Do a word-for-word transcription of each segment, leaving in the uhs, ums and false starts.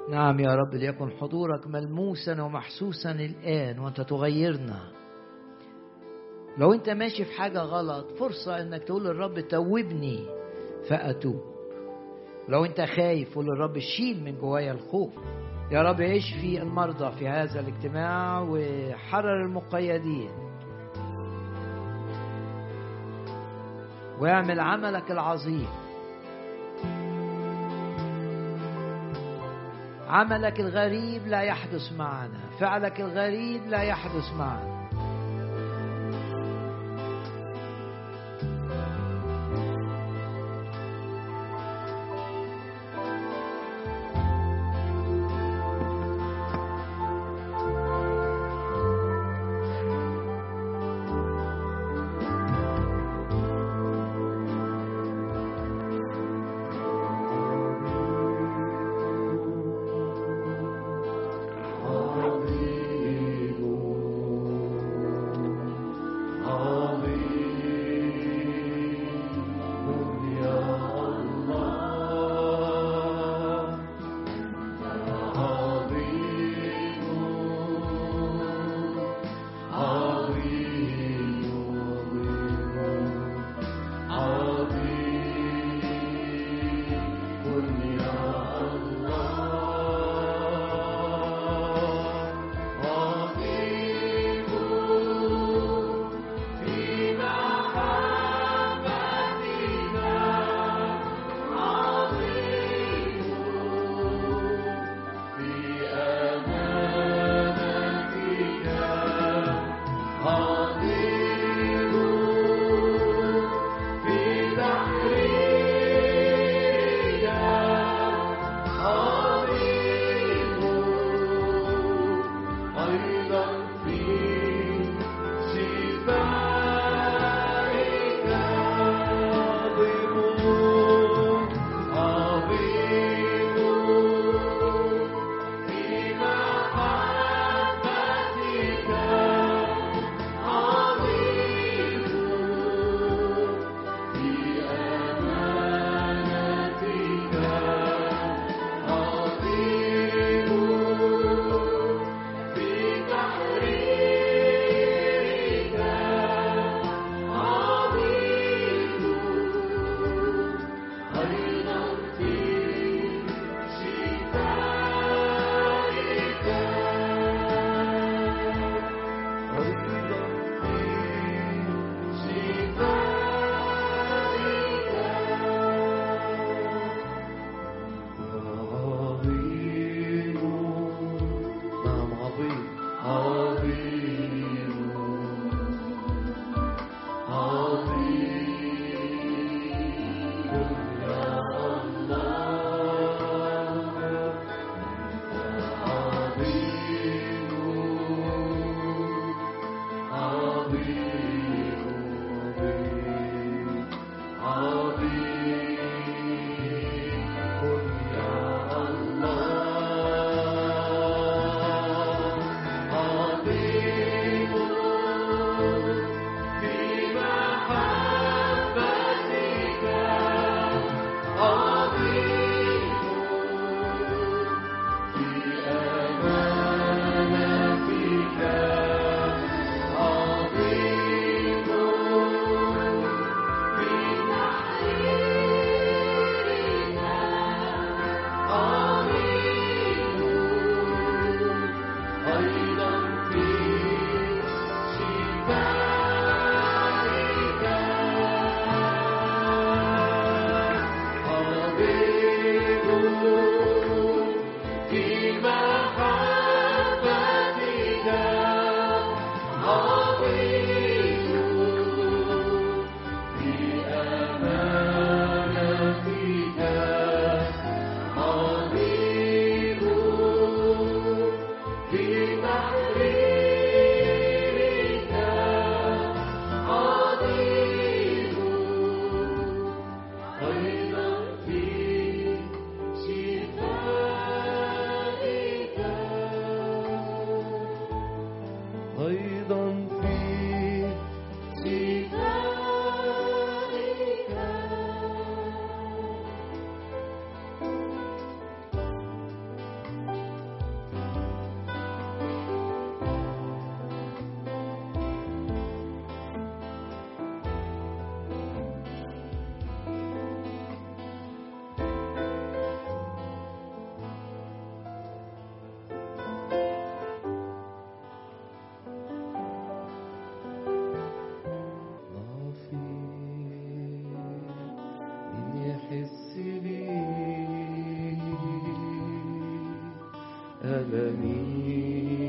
نعم يا رب، ليكن حضورك ملموسا ومحسوسا الآن وأنت تغيرنا. لو أنت ماشي في حاجة غلط فرصة أنك تقول للرب توبني فأتوب. لو أنت خايف قول للرب شيل من جوايا الخوف. يا رب اشفي المرضى في هذا الاجتماع وحرر المقيدين، واعمل عملك العظيم. عملك الغريب لا يحدث معنا، فعلك الغريب لا يحدث معنا. ألمي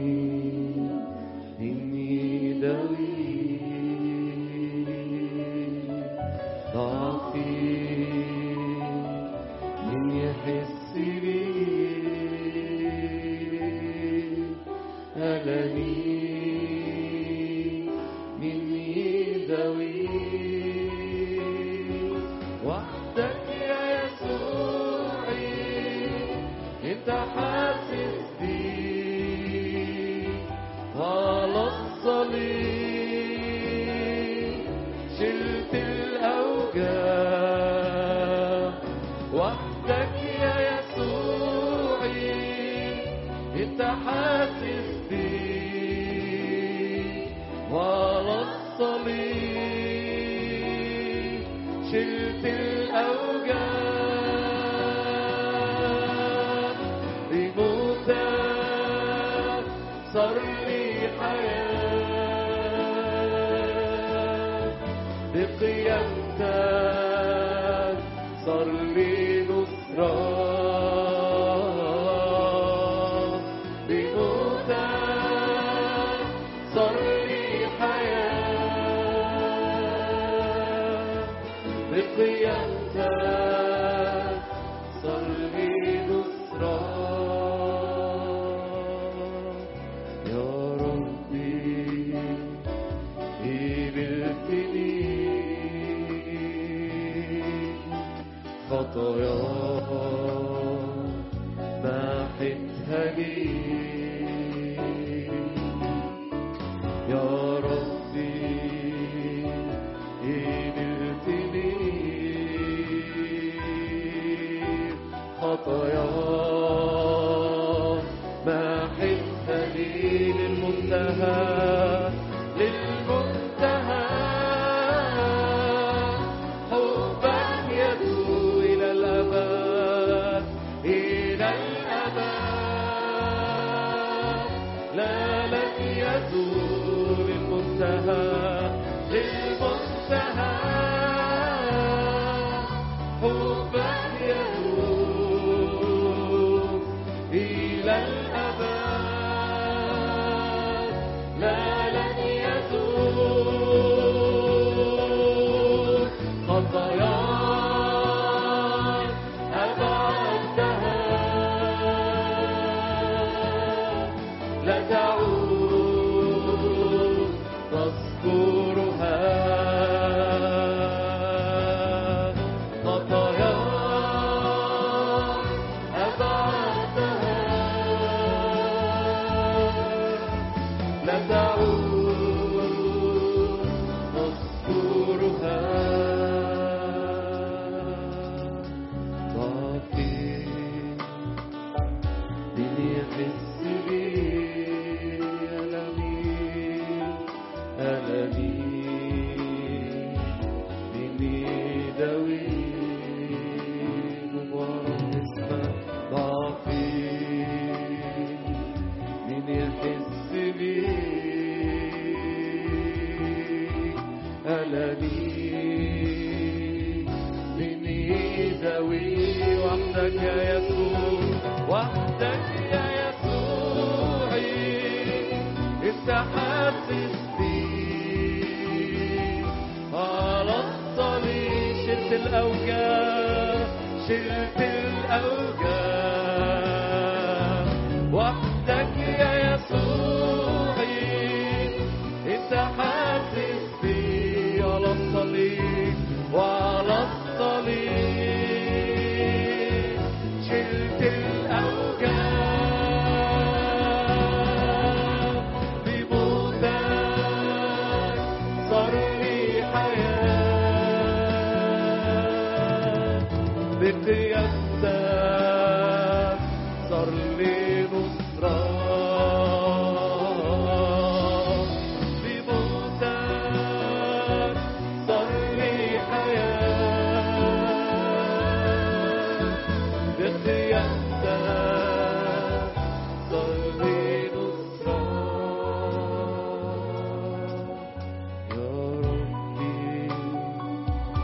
إني داوي ضعفي من يحس بي ألمي مني داوي وحدك يا يسوعي انت حاسس بي على الصليب شلت الأوجاع وحدك يا يسوعي انت حاسس بي وعلى الصليب شلت الأوجاع بموتك صار لي حياة بقيامتك صار لي نصرة بموتك صار لي حياة بقيامتك صار لي نصرة يا ربي قبلتني خطايا محتها لي يا ربي قبلتني خطايا محتها لي للمنتهى للمنتهى حبك يدعو إلى الأبد إلى الأبد لا لن يزول المنتهى للمنتهى حبك يدعو إلى الأبد لا لن يزول خطاياي أبعدتها لا تعود تذكرها خطاياي أبعدتها لا تعود تذكرها ضعفي من يحس بي ألمي ألمي مني داوي مبارك اسمك ضعفي من يحس بي ألمي مني داوي وحدك يا يسوع وحدك يا يسوعي انت حاسس بي على الصليب شلت الأوجاع شلت الأوجاع وحدك يا يسوعي انت حاسس بي على الصليب وعلى الصليب شلت الأوجاع بموتك صار لي حياة بقيامتك صار لي نصرة بموتك صار لي حياة بقيامتك صار لي نصرة يا ربي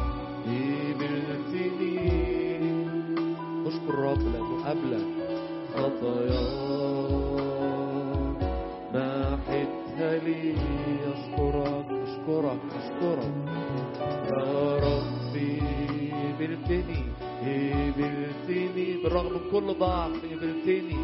قبلتني اشكر الرب لأنه قبلك خطاياك محتها لي. أشكرك أشكرك أشكرك يا ربي. قبلتني قبلتني بالرغم من كل ضعف، قبلتني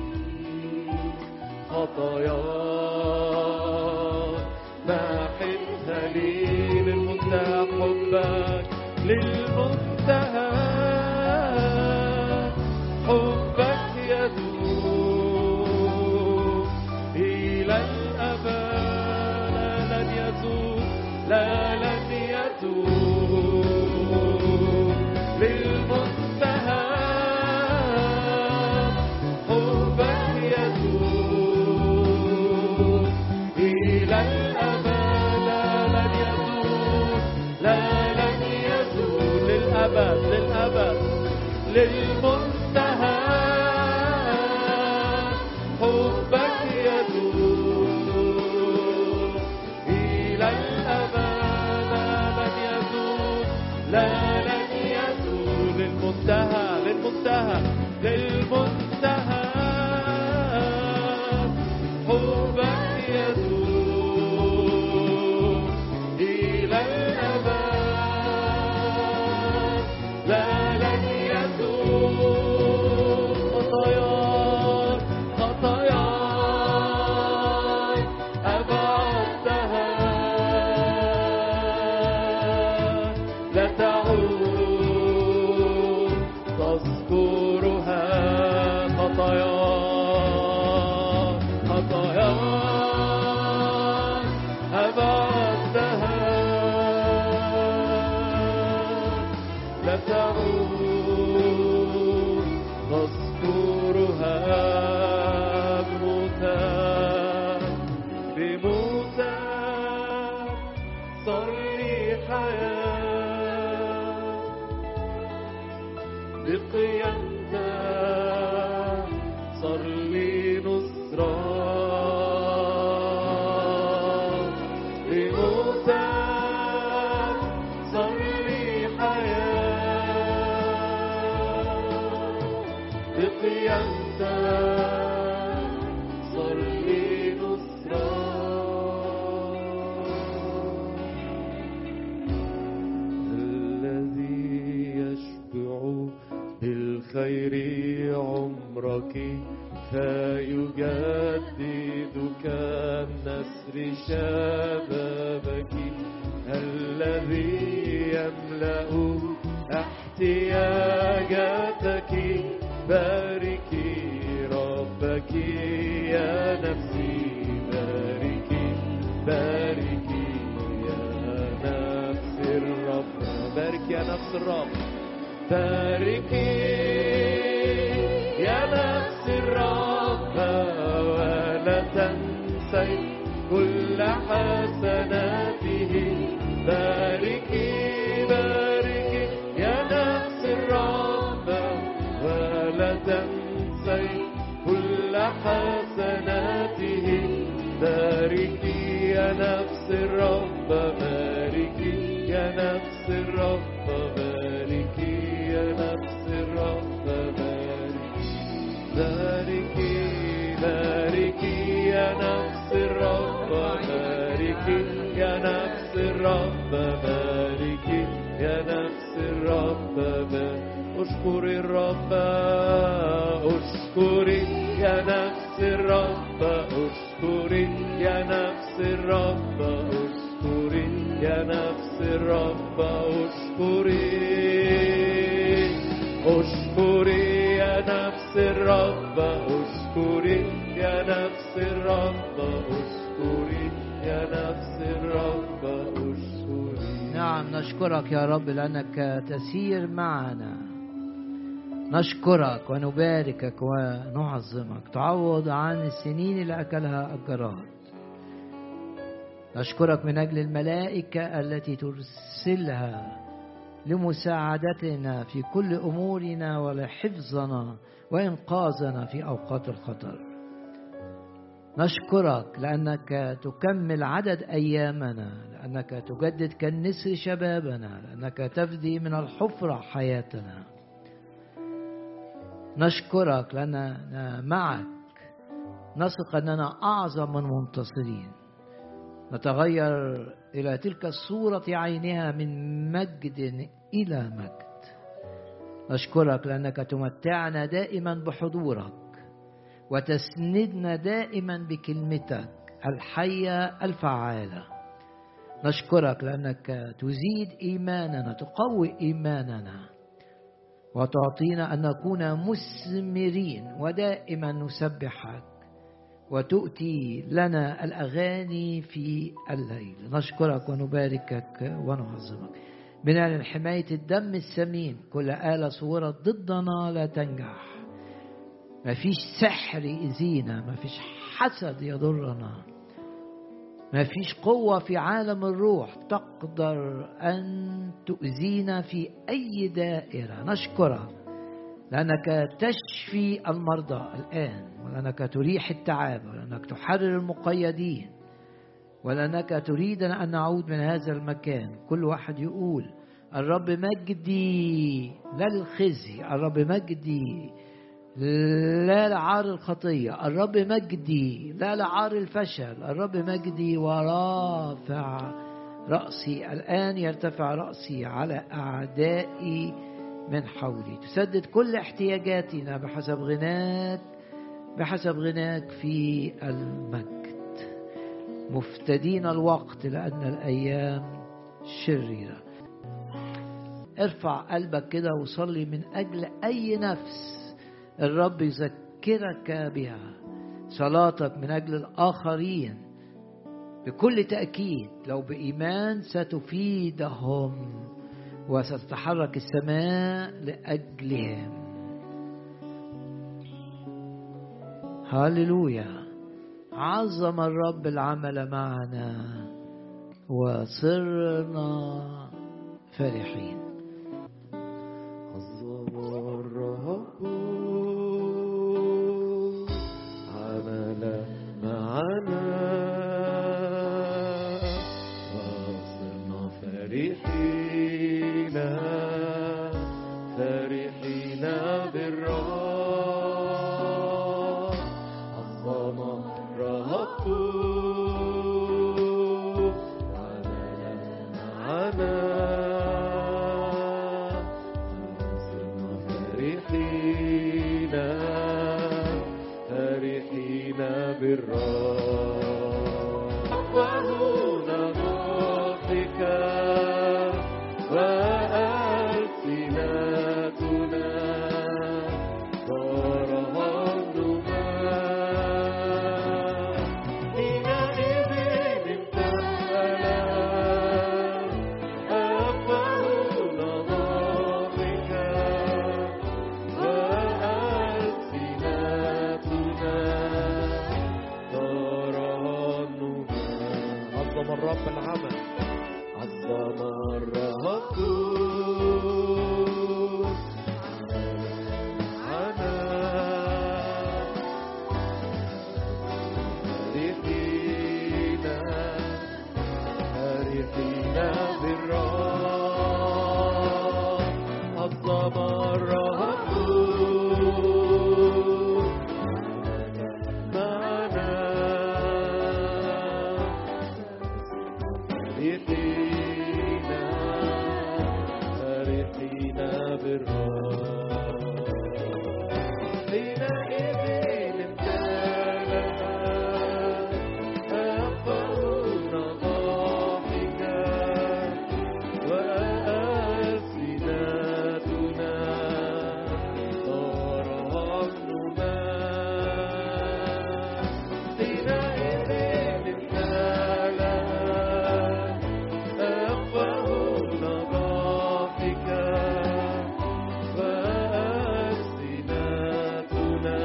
خطاياك محتها لي. للمنتهى حبك، للمنتهى حبك يدوم إلى الأبد. لا لن يزول، لا لن يزول. للمنتهى حبك يدوم إلى الأبد. لا لن يزول، لا لن يزول. للأبد للأبد. للمنتهى حبك يدوم إلى الأبد. لا لن يزول، لا لن يزول. للمنتهى للمنتهى للمنتهى حبك يدوم إلى الأبد. لا لن يزول. خطاياك خطاياك أبعدتها لا تعود تذكرها. خطاياك خطاياك أبعدتها لا تعود تذكرها. بموتك بموتك صار لي حياة. بقيامتك صار لي نصرة. بموتك صار لي حياة. بقيامتك صار لي نصرة. الذي يشبع بالخير عمرك فيجدد كالنسر شبابك. الذي يملأ احتياجاتك. باركي ربك يا نفسي. باركي باركي يا نفس الرب. بارك يا نفس الرب. باركي يا نفس الرب ولا تنسي كل حسناته. باركي باركي يا نفس الرب ولا تنسي كل حسناته. باركي يا نفس الرب. باركي يا نفس الرب. باركي يا نفس الرب. باركي باركي يا نفس الرب. باركي يا نفس الرب. باركي يا نفس الرب. اشكري الرب. اشكري يا نفس الرب. اشكري يا نفس الرب. اشكري يا نفس الرب. اشكري اشكري يا نفس الرب. اشكري يا نفس الرب. اشكري يا نفس الرب. اشكري. نعم نشكرك يا رب لأنك تسير معنا. نشكرك ونباركك ونعظمك. تعوض عن السنين اللي أكلها الجراد. نشكرك من أجل الملائكة التي ترسلها لمساعدتنا في كل أمورنا ولحفظنا وإنقاذنا في أوقات الخطر. نشكرك لأنك تكمل عدد أيامنا، لأنك تجدد كالنسر شبابنا، لأنك تفدي من الحفرة حياتنا. نشكرك لأننا معك، نثق أننا أعظم من منتصرين، نتغير إلى تلك الصورة عينها من مجد إلى مجد. نشكرك لأنك تمتعنا دائما بحضورك وتسندنا دائما بكلمتك الحية الفعالة. نشكرك لأنك تزيد إيماننا، تقوي إيماننا، وتعطينا أن نكون مثمرين ودائما نسبحك، وتؤتي لنا الأغاني في الليل. نشكرك ونباركك ونعظمك. بنعلن حماية الدم الثمين، كل آلة صورت ضدنا لا تنجح. ما فيش سحر يأذينا، ما فيش حسد يضرنا، ما فيش قوة في عالم الروح تقدر أن تؤذينا في أي دائرة. نشكرك لأنك تشفي المرضى الآن، ولأنك تريح التعب، ولأنك تحرر المقيدين، ولأنك تريدنا أن نعود من هذا المكان. كل واحد يقول الرب مجدي، لا للخزي، الرب مجدي لا لعار الخطية، الرب مجدي لا لعار الفشل، الرب مجدي ورافع رأسي. الآن يرتفع رأسي على أعدائي من حولي. تسدد كل احتياجاتنا بحسب غناك، بحسب غناك في المجد. مفتدين الوقت لأن الأيام شريرة. ارفع قلبك كده وصلي من أجل أي نفس الرب يذكرك بها. صلاتك من أجل الآخرين بكل تأكيد لو بإيمان ستفيدهم وستتحرك السماء لأجلهم. هاليلويا. عظم الرب العمل معنا وصرنا فرحين. عظم الرب عمل معنا وصرنا فرحين فرحين بالرب. عظم الرب عمل معنا وصرنا فرحين فرحين بالرب. وهنا ضحكا وألسنتنا ترهنما حينئذ امتلأ أفواهنا ضحكا وألسنتنا ترهنما. عظم الرب العمل، عظم الرب معنا فرحين فرحين بالرب. عظم الرب معنا فرحين فرحين بالرب. حينئذ امتلأ أفواهنا ضحكا وألسنتنا ترهنما. حينئذ امتلأ أفواهنا ضحكا وألسنتنا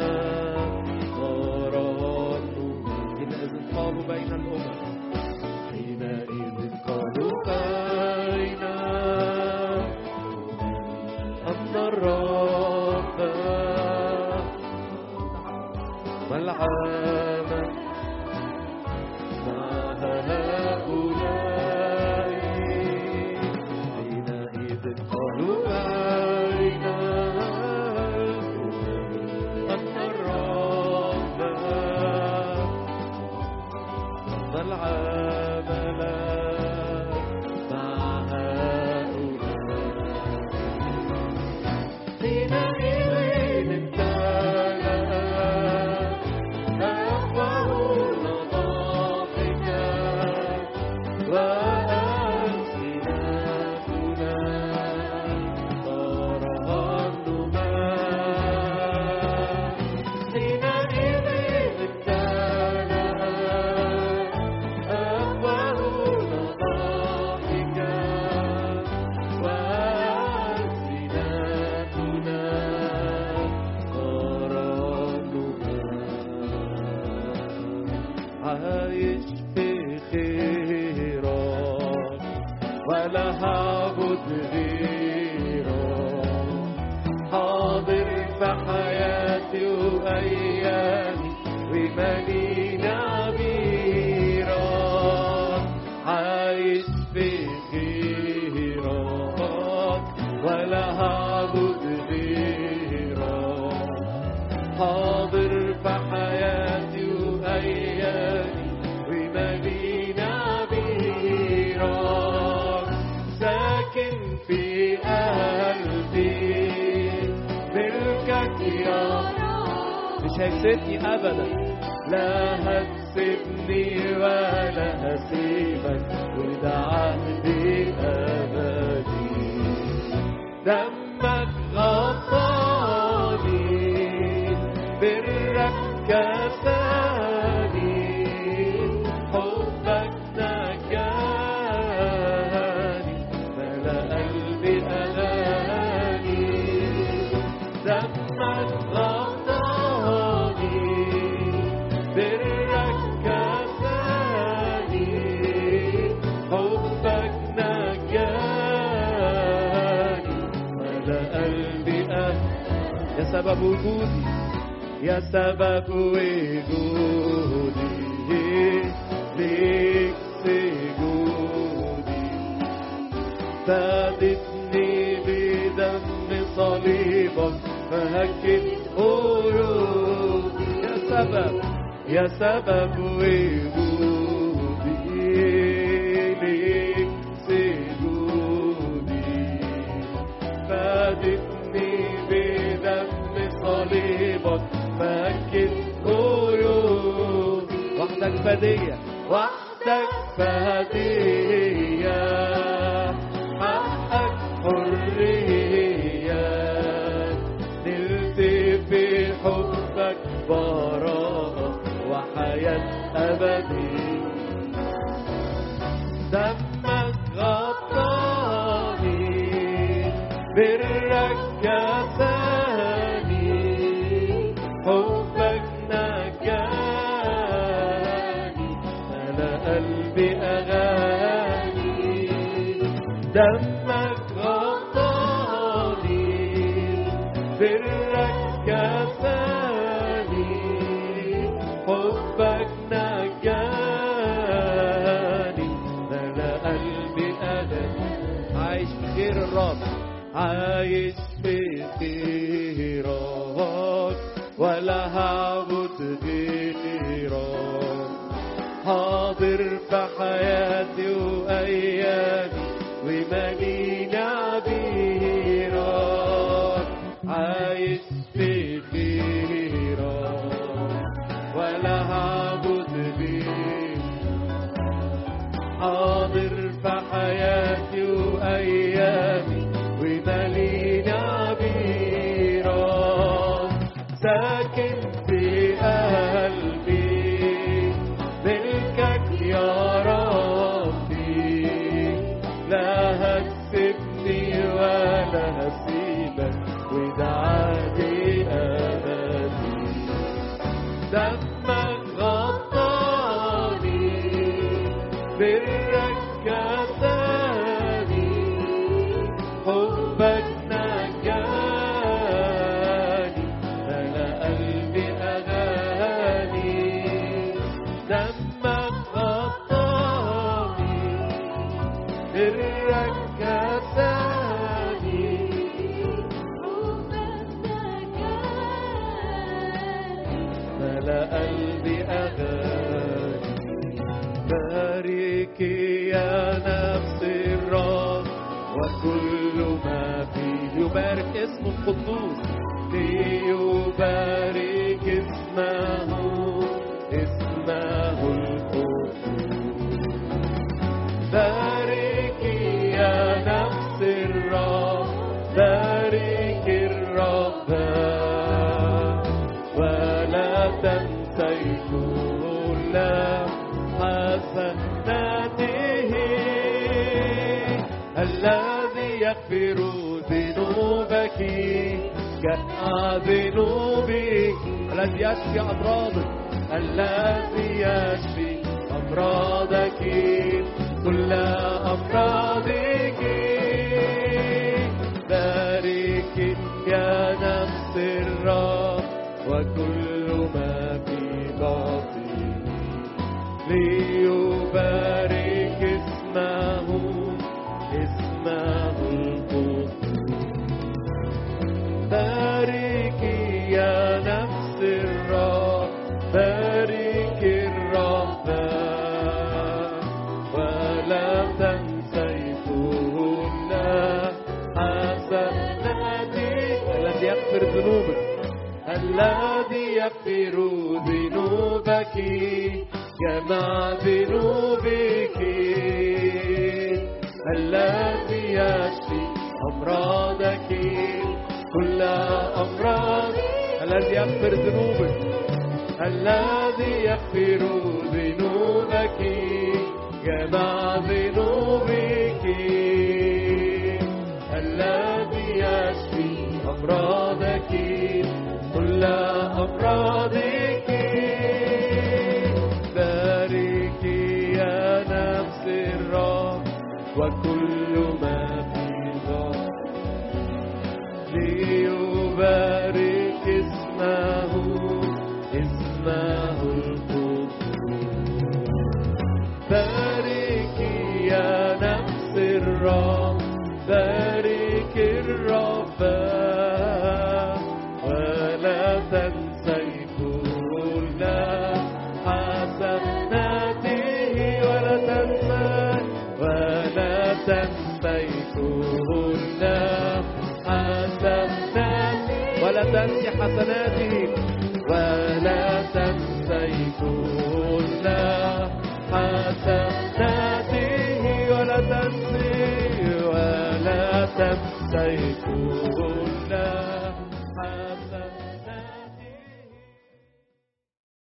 ترهنما. حينئذ قالوا بين الأمم، حينئذ قالوا بين أن الرب والعالم مع هؤلاء. حينئذ قالوا بين الأمم عايش في خيرك ولا هعبد غيرك، حاضر في حياتي وأيامي ومالينا عبيرك، عايش في خيرك ولا هعبد غيرك، حاضر في حياتي وأيامي ومالينا عبيرك، ساكن في قلبي ملكك يا رب، مش هيسيبني أبدا، لا هتسيبني ولا هسيبك، وده عهدي أبدي، دمك غطاني برك كفاني، حبك نجاني ملا قلبي أغاني، دمك غطاني برك كفاني، حبك نجاني ملا قلبي أغاني، يا سبب وجودي يا سبب وجودي ليك سجودي، فادتني بدم صليبك فهكت قيودي، يا سبب يا سبب وجودي ليك سجودي، فادتني بدم صليبك فكت قيود، وحدك فدية وحدك فدية، حقك حرية، نلت في حبك براءة وحياة أبدية، دمك غطاني برك كفاني، حبك نجاني ملا قلبي أغاني، دمك غطاني برك كفاني، حبك نجاني ملا قلبي أغاني، عايش في خير الرب، عايش في خيرك ولا هعبد غيرك، حاضر في حياتي وأيامي ومالينا عبيرك، عايش في خيرك ولا هعبد غيرك، حاضر في حياتي وأيامي ومالينا عبيرك، ساكن في قلبي ملكك يا ربي، لا هتسيبني ولا هسيبك، وده عهدي أبدي، دمك غطاني برك كفاني، حبك نجاني ملا قلبي أغاني، دمك غطاني برك كفاني، حبك نجاني ملا قلبي أغاني، باركي يا نفس الرب وكل ما فيه، يبارك اسمه القدوس، ليبارك اسمه اسمه القدوس، باركي يا نفس الرب، بارك الرب ولا تنسي كل حسناته، الذي يغفر ذنوبك جميع ذنوبك، الذي يشفي أمراضك الذي يشفي أمراضك كل أمراضك. بارك يا نفس الرب وكل ما في باطني ليبارك اسمه اسمه القدوس. بارك يا نفس الرب بارك الرب ولا تنسي كل حسناته. الذي يغفر ذنوبك الذي يغفر ذنوبك جمع ذنوبك. الذي يشفي أمراضك كل أمراض. الذي يغفر ذنوبك الذي يغفر ذنوبك جمع ذنوبك. الذي يشفي أمراضك كل أمراضك. بارك يا نفس الرب وكل ما في ذاك ليبارك اسمه اسمه القدوس. بارك يا نفس الرب بارك الرب ولا تنسي كل حسناته. ولا تنسي ولا تنسي كل حسناته. ولا تنسي حسناته ولا تنسي كل حسناته. ولا تنسي ولا تنسي كل حسناته.